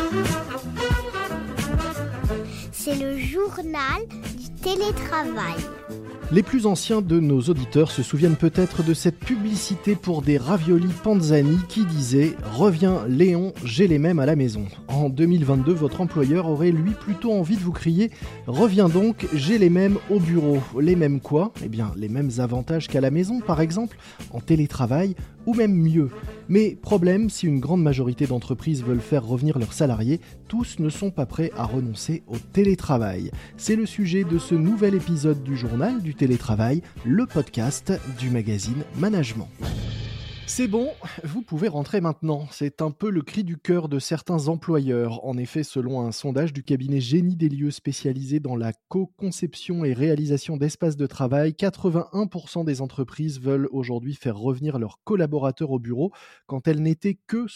C'est le journal du télétravail. Les plus anciens de nos auditeurs se souviennent peut-être de cette publicité pour des raviolis Panzani qui disait « Reviens Léon, j'ai les mêmes à la maison ». En 2022, votre employeur aurait lui plutôt envie de vous crier « Reviens donc, j'ai les mêmes au bureau ». Les mêmes quoi ? Eh bien, les mêmes avantages qu'à la maison, par exemple, en télétravail, ou même mieux. Mais problème, si une grande majorité d'entreprises veulent faire revenir leurs salariés, tous ne sont pas prêts à renoncer au télétravail. C'est le sujet de ce nouvel épisode du journal du télétravail, le podcast du magazine Management. C'est bon, vous pouvez rentrer maintenant. C'est un peu le cri du cœur de certains employeurs. En effet, selon un sondage du cabinet Génie des lieux spécialisé dans la co-conception et réalisation d'espaces de travail, 81% des entreprises veulent aujourd'hui faire revenir leurs collaborateurs au bureau, quand elles n'étaient que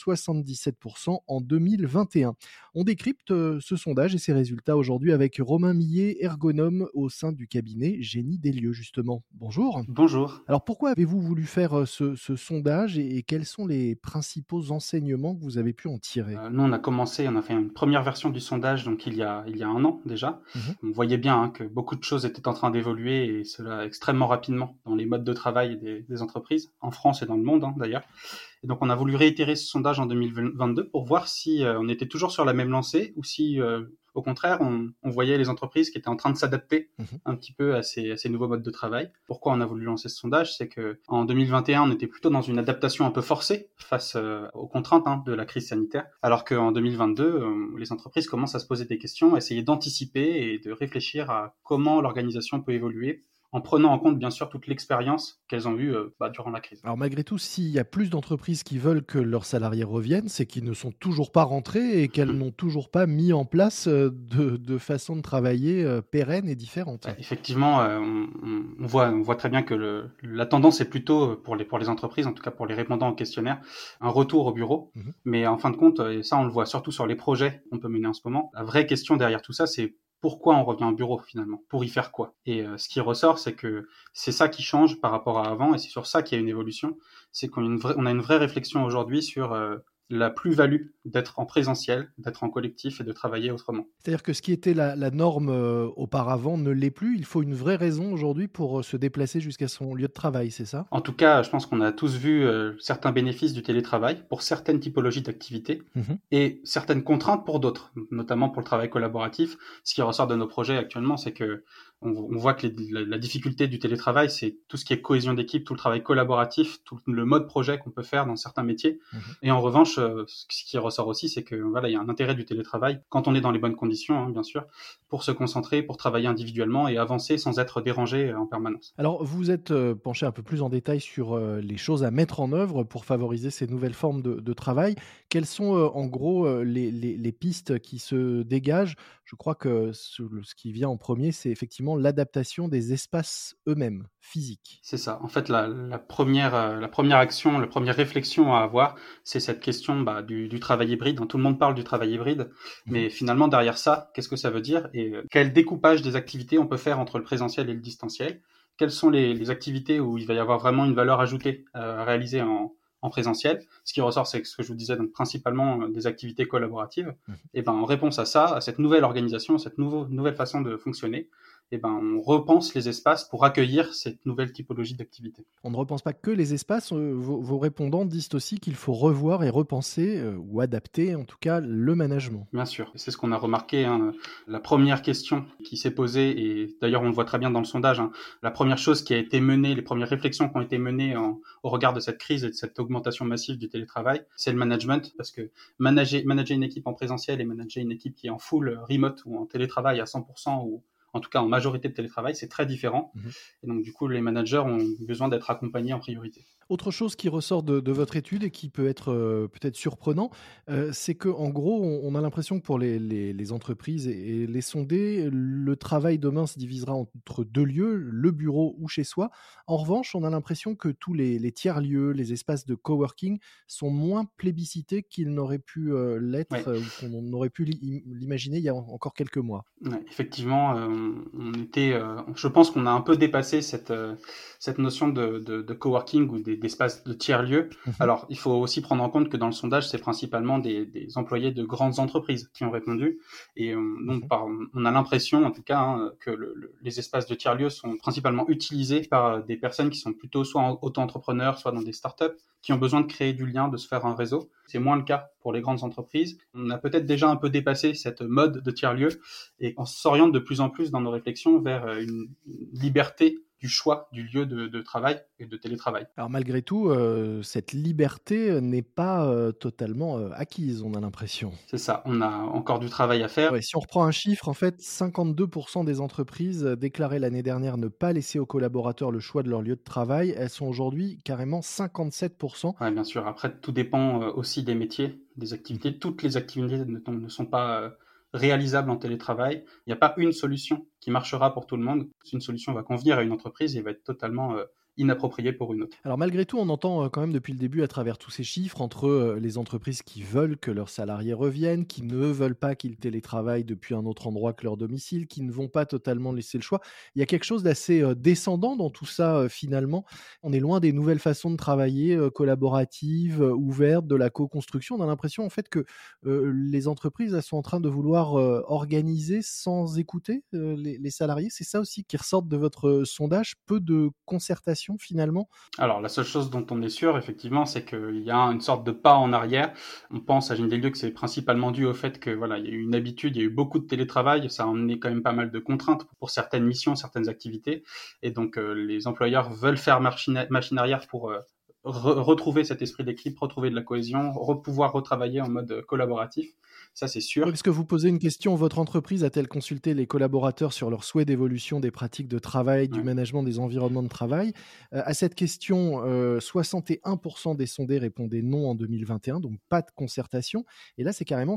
77% en 2021. On décrypte ce sondage et ses résultats aujourd'hui avec Romain Millet, ergonome au sein du cabinet Génie des lieux, justement. Bonjour. Bonjour. Alors pourquoi avez-vous voulu faire ce sondage et quels sont les principaux enseignements que vous avez pu en tirer ? Nous, on a fait une première version du sondage donc il y a un an déjà. On voyait bien que beaucoup de choses étaient en train d'évoluer et cela extrêmement rapidement dans les modes de travail des entreprises, en France et dans le monde d'ailleurs. Et donc on a voulu réitérer ce sondage en 2022 pour voir si on était toujours sur la même lancée ou si au contraire on voyait les entreprises qui étaient en train de s'adapter un petit peu à ces nouveaux modes de travail. Pourquoi on a voulu lancer ce sondage ? C'est que en 2021 on était plutôt dans une adaptation un peu forcée face aux contraintes de la crise sanitaire, alors qu'en 2022 les entreprises commencent à se poser des questions, à essayer d'anticiper et de réfléchir à comment l'organisation peut évoluer, en prenant en compte bien sûr toute l'expérience qu'elles ont eue durant la crise. Alors malgré tout, s'il y a plus d'entreprises qui veulent que leurs salariés reviennent, c'est qu'ils ne sont toujours pas rentrés et qu'elles n'ont toujours pas mis en place de façon de travailler pérenne et différente. Effectivement, on voit très bien que la tendance est plutôt pour les entreprises, en tout cas pour les répondants au questionnaire, un retour au bureau. Mais en fin de compte, et ça on le voit surtout sur les projets qu'on peut mener en ce moment, la vraie question derrière tout ça, c'est pourquoi on revient au bureau finalement ? Pour y faire quoi ? Et ce qui ressort, c'est que c'est ça qui change par rapport à avant, et c'est sur ça qu'il y a une évolution. C'est qu'on a une vraie réflexion aujourd'hui sur la plus-value d'être en présentiel, d'être en collectif et de travailler autrement. C'est-à-dire que ce qui était la norme auparavant ne l'est plus. Il faut une vraie raison aujourd'hui pour se déplacer jusqu'à son lieu de travail, c'est ça ? En tout cas, je pense qu'on a tous vu certains bénéfices du télétravail pour certaines typologies d'activités et certaines contraintes pour d'autres, notamment pour le travail collaboratif. Ce qui ressort de nos projets actuellement, c'est que on voit que la difficulté du télétravail, c'est tout ce qui est cohésion d'équipe, tout le travail collaboratif, tout le mode projet qu'on peut faire dans certains métiers. Et en revanche, ce qui ressort aussi, c'est que il y a un intérêt du télétravail quand on est dans les bonnes conditions, bien sûr, pour se concentrer, pour travailler individuellement et avancer sans être dérangé en permanence. Alors, vous êtes penché un peu plus en détail sur les choses à mettre en œuvre pour favoriser ces nouvelles formes de travail. Quelles sont en gros les pistes qui se dégagent ? Je crois que ce qui vient en premier, c'est effectivement l'adaptation des espaces eux-mêmes, physiques. C'est ça. En fait, la première action, la première réflexion à avoir, c'est cette question du travail hybride. Tout le monde parle du travail hybride, mais finalement, derrière ça, qu'est-ce que ça veut dire et quel découpage des activités on peut faire entre le présentiel et le distanciel ? Quelles sont les activités où il va y avoir vraiment une valeur ajoutée à réaliser en présentiel ? Ce qui ressort, c'est ce que je vous disais, donc principalement des activités collaboratives. Et en réponse à ça, à cette nouvelle organisation, à cette nouvelle façon de fonctionner, on repense les espaces pour accueillir cette nouvelle typologie d'activité. On ne repense pas que les espaces. Vos répondants disent aussi qu'il faut revoir et repenser ou adapter, en tout cas, le management. Bien sûr, c'est ce qu'on a remarqué. La première question qui s'est posée, et d'ailleurs on le voit très bien dans le sondage, la première chose qui a été menée, les premières réflexions qui ont été menées au regard de cette crise et de cette augmentation massive du télétravail, c'est le management, parce que manager une équipe en présentiel et manager une équipe qui est en full remote ou en télétravail à 100% ou en tout cas en majorité de télétravail, c'est très différent. Et donc du coup, les managers ont besoin d'être accompagnés en priorité. Autre chose qui ressort de votre étude et qui peut être peut-être surprenant, c'est qu'en gros, on a l'impression que pour les entreprises et les sondés, le travail demain se divisera entre deux lieux, le bureau ou chez soi. En revanche, on a l'impression que tous les tiers-lieux, les espaces de coworking sont moins plébiscités qu'ils n'auraient pu l'être ou qu'on aurait pu l'imaginer il y a encore quelques mois. Ouais, effectivement, je pense qu'on a un peu dépassé cette notion de coworking ou des d'espaces de tiers-lieux. Alors, il faut aussi prendre en compte que dans le sondage, c'est principalement des employés de grandes entreprises qui ont répondu. Et donc, on a l'impression, en tout cas, que les espaces de tiers-lieux sont principalement utilisés par des personnes qui sont plutôt soit auto-entrepreneurs, soit dans des startups, qui ont besoin de créer du lien, de se faire un réseau. C'est moins le cas pour les grandes entreprises. On a peut-être déjà un peu dépassé cette mode de tiers-lieux et on s'oriente de plus en plus dans nos réflexions vers une liberté du choix du lieu de travail et de télétravail. Alors malgré tout, cette liberté n'est pas totalement acquise, on a l'impression. C'est ça, on a encore du travail à faire. Ouais, si on reprend un chiffre, en fait, 52% des entreprises déclaraient l'année dernière ne pas laisser aux collaborateurs le choix de leur lieu de travail. Elles sont aujourd'hui carrément 57%. Oui, bien sûr. Après, tout dépend aussi des métiers, des activités. Toutes les activités ne sont pas réalisable en télétravail. Il n'y a pas une solution qui marchera pour tout le monde. Une solution va convenir à une entreprise et va être totalement inappropriée pour une autre. Alors malgré tout, on entend quand même depuis le début à travers tous ces chiffres entre les entreprises qui veulent que leurs salariés reviennent, qui ne veulent pas qu'ils télétravaillent depuis un autre endroit que leur domicile, qui ne vont pas totalement laisser le choix. Il y a quelque chose d'assez descendant dans tout ça finalement. On est loin des nouvelles façons de travailler, collaboratives, ouvertes, de la co-construction. On a l'impression en fait que les entreprises elles sont en train de vouloir organiser sans écouter les salariés. C'est ça aussi qui ressort de votre sondage, peu de concertation finalement? Alors, la seule chose dont on est sûr, effectivement, c'est qu'il y a une sorte de pas en arrière. On pense à Génie des lieux que c'est principalement dû au fait que voilà, il y a eu une habitude, il y a eu beaucoup de télétravail, ça a emmené quand même pas mal de contraintes pour certaines missions, certaines activités, et donc les employeurs veulent faire machine arrière pour retrouver cet esprit d'équipe, retrouver de la cohésion, pouvoir retravailler en mode collaboratif. Ça, c'est sûr. Oui, parce que vous posez une question, votre entreprise a-t-elle consulté les collaborateurs sur leur souhait d'évolution des pratiques de travail, du management des environnements de travail? À cette question, 61% des sondés répondaient non en 2021, donc pas de concertation. Et là, c'est carrément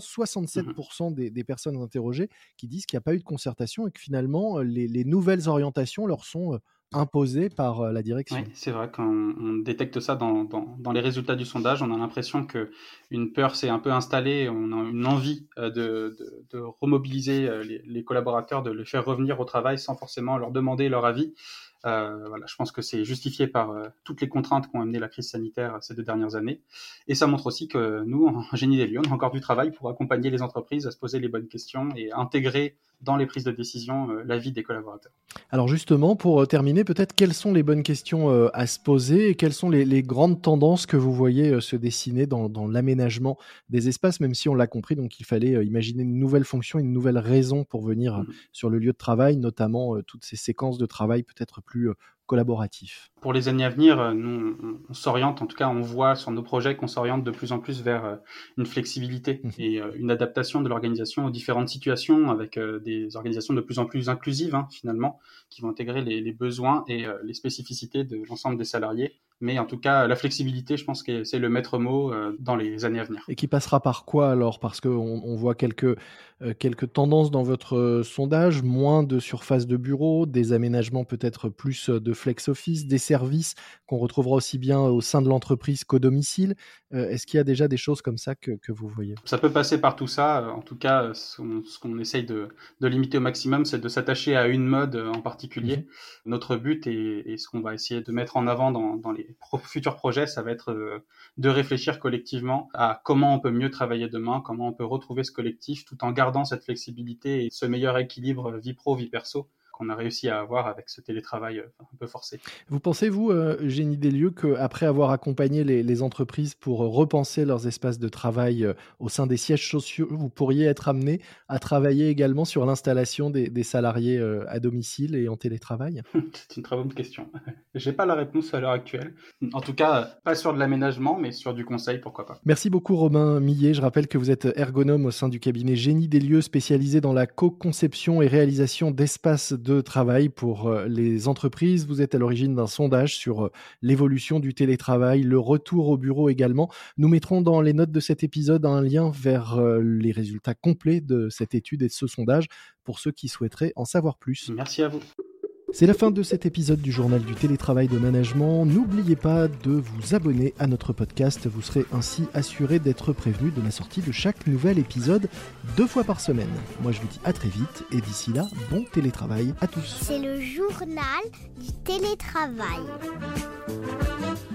67% des personnes interrogées qui disent qu'il n'y a pas eu de concertation et que finalement, les nouvelles orientations leur sont imposées par la direction. Oui, c'est vrai, quand on détecte ça dans les résultats du sondage, on a l'impression qu'une peur s'est un peu installée, on a une envie de remobiliser les collaborateurs, de les faire revenir au travail sans forcément leur demander leur avis. Voilà, je pense que c'est justifié par toutes les contraintes qu'ont amené la crise sanitaire ces 2 dernières années. Et ça montre aussi que nous, en Génie des lieux, on a encore du travail pour accompagner les entreprises à se poser les bonnes questions et à intégrer dans les prises de décision l'avis des collaborateurs. Alors justement, pour terminer, peut-être quelles sont les bonnes questions à se poser et quelles sont les grandes tendances que vous voyez se dessiner dans l'aménagement des espaces, même si on l'a compris, donc il fallait imaginer une nouvelle fonction, une nouvelle raison pour venir sur le lieu de travail, notamment toutes ces séquences de travail peut-être plus collaboratif. Pour les années à venir, nous, on s'oriente, en tout cas, on voit sur nos projets qu'on s'oriente de plus en plus vers une flexibilité et une adaptation de l'organisation aux différentes situations avec des organisations de plus en plus inclusives, finalement, qui vont intégrer les besoins et les spécificités de l'ensemble des salariés. Mais en tout cas, la flexibilité, je pense que c'est le maître mot dans les années à venir. Et qui passera par quoi alors? Parce qu'on voit quelques tendances dans votre sondage, moins de surface de bureau, des aménagements peut-être plus de flex office, des services qu'on retrouvera aussi bien au sein de l'entreprise qu'au domicile. Est-ce qu'il y a déjà des choses comme ça que vous voyez? Ça peut passer par tout ça. En tout cas, ce qu'on essaye de limiter au maximum, c'est de s'attacher à une mode en particulier. Notre but et ce qu'on va essayer de mettre en avant dans les futurs projets, ça va être de réfléchir collectivement à comment on peut mieux travailler demain, comment on peut retrouver ce collectif tout en gardant cette flexibilité et ce meilleur équilibre vie pro, vie perso qu'on a réussi à avoir avec ce télétravail un peu forcé. Vous pensez, vous, Génie des lieux, qu'après avoir accompagné les entreprises pour repenser leurs espaces de travail au sein des sièges sociaux, vous pourriez être amené à travailler également sur l'installation des salariés à domicile et en télétravail? C'est une très bonne question. Je n'ai pas la réponse à l'heure actuelle. En tout cas, pas sur de l'aménagement, mais sur du conseil, pourquoi pas. Merci beaucoup, Robin Millet. Je rappelle que vous êtes ergonome au sein du cabinet Génie des lieux, spécialisé dans la co-conception et réalisation d'espaces de travail pour les entreprises. Vous êtes à l'origine d'un sondage sur l'évolution du télétravail, le retour au bureau également. Nous mettrons dans les notes de cet épisode un lien vers les résultats complets de cette étude et de ce sondage pour ceux qui souhaiteraient en savoir plus. Merci à vous. C'est la fin de cet épisode du Journal du télétravail de management. N'oubliez pas de vous abonner à notre podcast. Vous serez ainsi assuré d'être prévenu de la sortie de chaque nouvel épisode 2 fois par semaine. Moi, je vous dis à très vite et d'ici là, bon télétravail à tous. C'est le journal du télétravail.